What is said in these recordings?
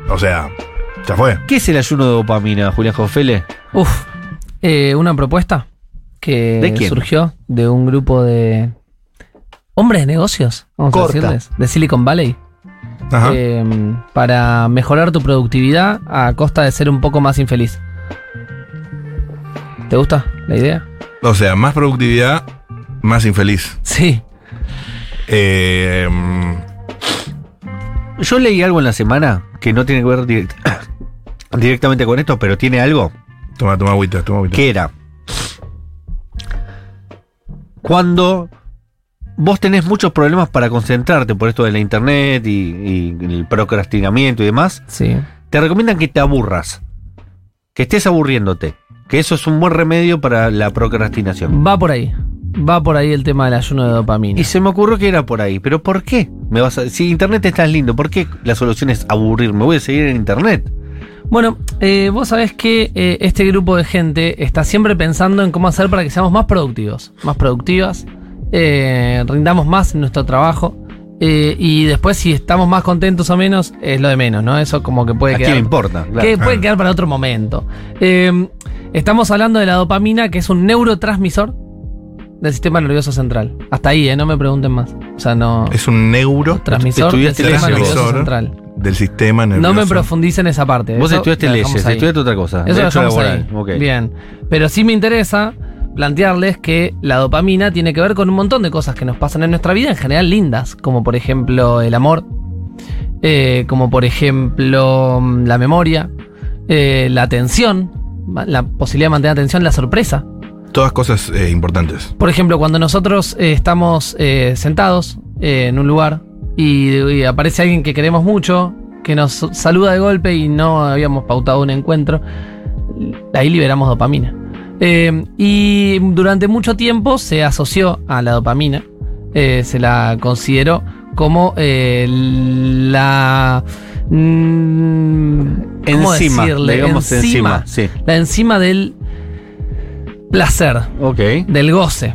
O sea, ya fue. ¿Qué es el ayuno de dopamina, Julián Jofele? Una propuesta que ¿De quién? surgió de un grupo de hombres de negocios, vamos a decirles, de Silicon Valley. Ajá. Para mejorar tu productividad a costa de ser un poco más infeliz. ¿Te gusta la idea? O sea, más productividad, más infeliz. Sí. Yo leí algo en la semana que no tiene que ver directamente con esto, pero tiene algo Toma agüita. que era cuando vos tenés muchos problemas para concentrarte por esto de la internet y el procrastinamiento y demás, Sí. te recomiendan que te aburras, que estés aburriéndote, que eso es un buen remedio para la procrastinación. Va por ahí el tema del ayuno de dopamina. Y se me ocurrió que era por ahí, pero ¿por qué? Si internet es tan lindo, ¿por qué la solución es aburrirme? Voy a seguir en internet. Bueno, vos sabés que este grupo de gente está siempre pensando en cómo hacer para que seamos más productivos, más productivas, rindamos más en nuestro trabajo, y después si estamos más contentos o menos es lo de menos, ¿no? Eso como que puede ¿A quedar... quién le importa? Claro. Que puede quedar para otro momento. Estamos hablando de la dopamina, que es un neurotransmisor del sistema nervioso central. Hasta ahí, no me pregunten más. O sea, no... Es un transmisor del estudiaste sistema nervioso transmisor central. del sistema nervioso. No me profundicen esa parte. Vos Eso estudiaste lo leyes, dejamos ahí. estudiaste otra cosa. Eso lo Derecho dejamos laboral. ahí. Ok. Bien. Pero sí me interesa plantearles que la dopamina tiene que ver con un montón de cosas que nos pasan en nuestra vida, en general lindas, como por ejemplo el amor, como por ejemplo la memoria, la atención, la posibilidad de mantener atención, la sorpresa. Todas cosas importantes. Por ejemplo, cuando nosotros estamos sentados en un lugar y aparece alguien que queremos mucho, que nos saluda de golpe y no habíamos pautado un encuentro, ahí liberamos dopamina. Y durante mucho tiempo se asoció a la dopamina, se la consideró como la... ¿cómo Enzima, decirle? digamos enzima, sí. La enzima del placer, Ok. del goce.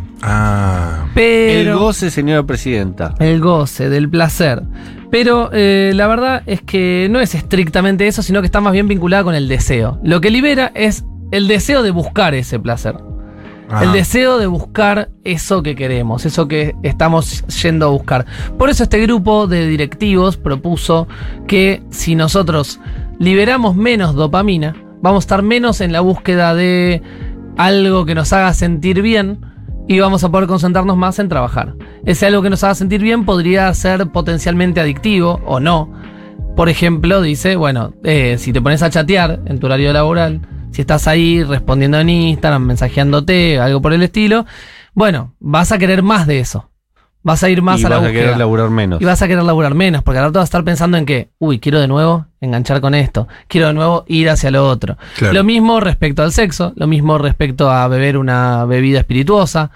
Pero El goce, señora presidenta. el goce, del placer. Pero la verdad es que no es estrictamente eso, sino que está más bien vinculada con el deseo. Lo que libera es el deseo de buscar ese placer. El deseo de buscar eso que queremos, eso que estamos yendo a buscar. Por eso este grupo de directivos propuso que si nosotros liberamos menos dopamina, vamos a estar menos en la búsqueda de algo que nos haga sentir bien y vamos a poder concentrarnos más en trabajar. Ese algo que nos haga sentir bien podría ser potencialmente adictivo o no. Por ejemplo, dice, bueno, si te pones a chatear en tu horario laboral, si estás ahí respondiendo en Instagram, mensajeándote, algo por el estilo, bueno, vas a querer más de eso. Vas a ir más Y a la vas a búsqueda. querer laburar menos. Y vas a querer laburar menos, porque al rato vas a estar pensando en que, quiero de nuevo enganchar con esto, quiero de nuevo ir hacia lo otro. Claro. Lo mismo respecto al sexo, lo mismo respecto a beber una bebida espirituosa,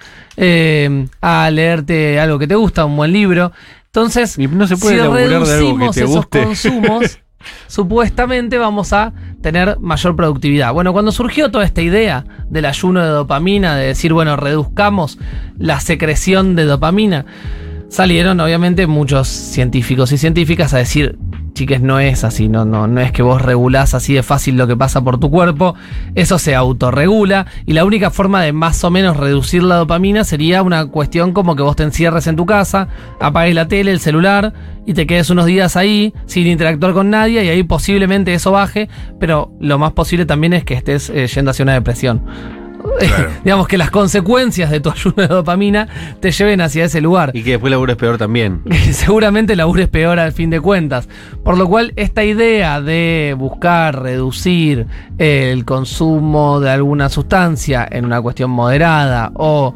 a leerte algo que te gusta, un buen libro. Entonces, Y no se puede si laburar de algo que reducimos te esos guste. consumos, supuestamente vamos a tener mayor productividad. Bueno, cuando surgió toda esta idea del ayuno de dopamina, de decir, bueno, reduzcamos la secreción de dopamina, salieron obviamente muchos científicos y científicas a decir, chiques, no es así, no es que vos regulás así de fácil lo que pasa por tu cuerpo, eso se autorregula y la única forma de más o menos reducir la dopamina sería una cuestión como que vos te encierres en tu casa, apagues la tele, el celular y te quedes unos días ahí sin interactuar con nadie y ahí posiblemente eso baje, pero lo más posible también es que estés yendo hacia una depresión. Claro. Digamos que las consecuencias de tu ayuno de dopamina te lleven hacia ese lugar. Y que después labures peor también. Seguramente labures peor al fin de cuentas. Por lo cual, esta idea de buscar reducir el consumo de alguna sustancia en una cuestión moderada o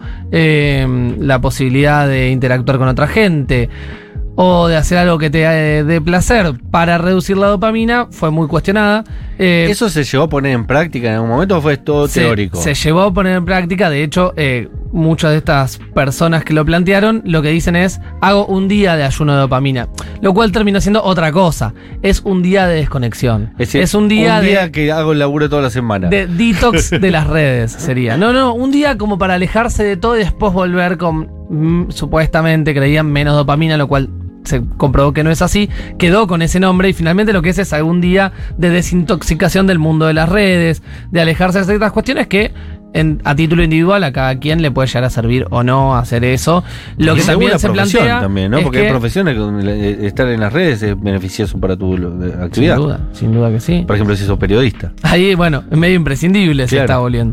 la posibilidad de interactuar con otra gente o de hacer algo que te dé placer para reducir la dopamina fue muy cuestionada. ¿Eso se llevó a poner en práctica en algún momento o fue todo teórico? Se llevó a poner en práctica. De hecho, muchas de estas personas que lo plantearon lo que dicen es: hago un día de ayuno de dopamina, lo cual terminó siendo otra cosa. Es un día de desconexión. Es un día que hago el laburo toda la semana. de detox de las redes sería. No, un día como para alejarse de todo y después volver con supuestamente creían menos dopamina, lo cual se comprobó que no es así, quedó con ese nombre y finalmente lo que es algún día de desintoxicación del mundo de las redes, de alejarse de ciertas cuestiones que a título individual a cada quien le puede llegar a servir o no hacer eso. Lo que también se plantea también, ¿no? es Porque que, hay profesiones que estar en las redes es beneficioso para tu actividad. Sin duda que sí. Por ejemplo, si sos periodista. Ahí, bueno, es medio imprescindible se está volviendo.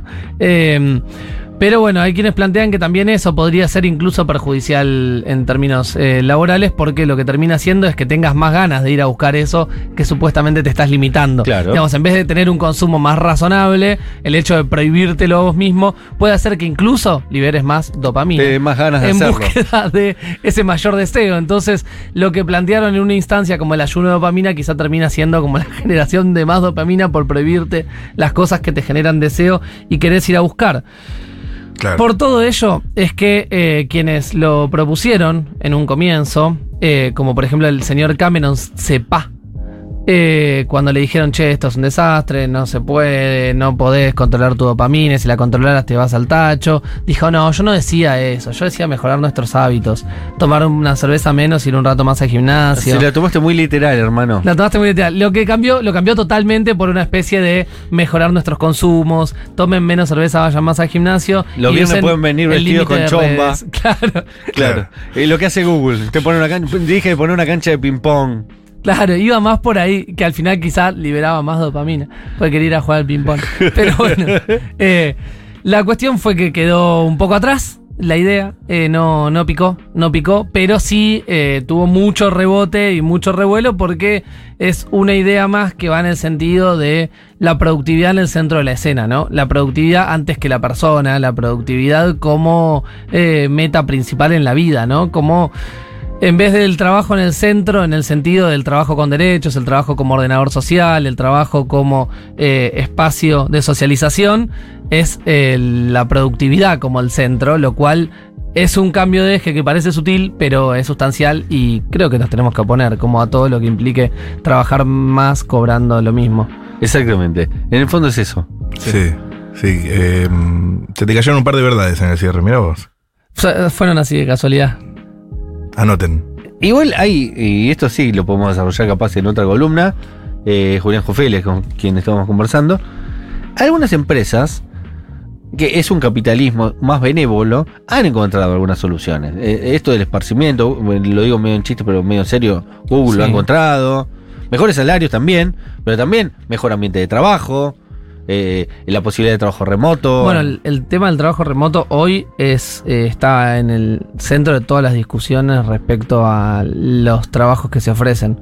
Pero bueno, hay quienes plantean que también eso podría ser incluso perjudicial en términos laborales, porque lo que termina haciendo es que tengas más ganas de ir a buscar eso que supuestamente te estás limitando. Claro. Digamos, en vez de tener un consumo más razonable, el hecho de prohibírtelo vos mismo puede hacer que incluso liberes más dopamina. Más ganas de hacerlo. En búsqueda de ese mayor deseo. Entonces, lo que plantearon en una instancia como el ayuno de dopamina quizá termina siendo como la generación de más dopamina por prohibirte las cosas que te generan deseo y querés ir a buscar. Claro. Por todo ello es que quienes lo propusieron en un comienzo, como por ejemplo el señor Cameron Cepa, cuando le dijeron, che, esto es un desastre, no se puede, no podés controlar tu dopamina, si la controlaras te vas al tacho, dijo, no, yo no decía eso, yo decía mejorar nuestros hábitos, tomar una cerveza menos, ir un rato más al gimnasio. Se la tomaste muy literal, hermano. La tomaste muy literal. Lo cambió totalmente por una especie de mejorar nuestros consumos, tomen menos cerveza, vayan más al gimnasio. Los viernes pueden venir vestidos con chomba. Claro. Lo que hace Google, te pone dije de poner una cancha de ping-pong. Claro, iba más por ahí, que al final quizás liberaba más dopamina, porque quería ir a jugar al ping-pong. Pero bueno, la cuestión fue que quedó un poco atrás, la idea, no picó, pero sí tuvo mucho rebote y mucho revuelo porque es una idea más que va en el sentido de la productividad en el centro de la escena, ¿no? La productividad antes que la persona, la productividad como meta principal en la vida, ¿no? Como en vez del trabajo en el centro, en el sentido del trabajo con derechos, el trabajo como ordenador social, el trabajo como espacio de socialización, es la productividad como el centro, lo cual es un cambio de eje que parece sutil, pero es sustancial y creo que nos tenemos que oponer como a todo lo que implique trabajar más cobrando lo mismo. Exactamente. En el fondo es eso. Sí. Se te cayeron un par de verdades en el cierre, mirá vos. Fueron así de casualidad. Anoten. Igual hay, y esto sí lo podemos desarrollar capaz en otra columna, Julián Jofele, con quien estamos conversando, algunas empresas, que es un capitalismo más benévolo, han encontrado algunas soluciones. Esto del esparcimiento, lo digo medio en chiste, pero medio en serio, Google lo ha encontrado. Mejores salarios también, pero también mejor ambiente de trabajo, la posibilidad de trabajo remoto. Bueno, el tema del trabajo remoto hoy está en el centro de todas las discusiones respecto a los trabajos que se ofrecen.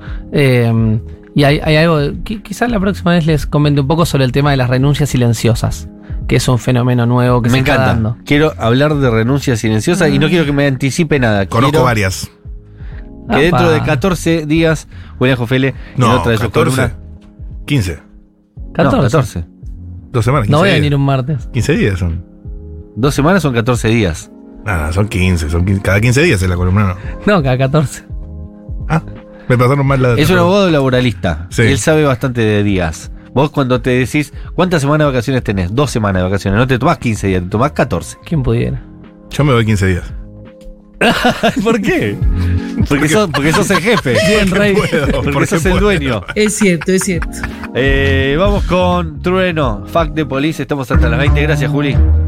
Y hay algo, quizás la próxima vez les comente un poco sobre el tema de las renuncias silenciosas, que es un fenómeno nuevo que se está dando. Quiero hablar de renuncias silenciosas y no quiero que me anticipe nada. Conozco varias. Que dentro de 14 días, Julián Jofele, en otra de sus 14. columnas. 15. 14. No, 14. 2 semanas. No voy a días. venir un martes. 15 días son. 2 semanas son 14 días. Nada, son 15. Cada 15 días es la columna, ¿no? No, cada 14. Ah, me pasaron mal la. Es un abogado laboralista. Sí. Él sabe bastante de días. Vos cuando te decís, ¿cuántas semanas de vacaciones tenés? 2 semanas de vacaciones. No te tomás 15 días, te tomás 14. ¿Quién pudiera? Yo me voy 15 días. ¿Por qué? Porque sos el jefe. Bien, Rey. Porque sos el dueño. Es cierto, es cierto. Vamos con Trueno, Fact de Police. Estamos hasta las 20. Gracias, Juli.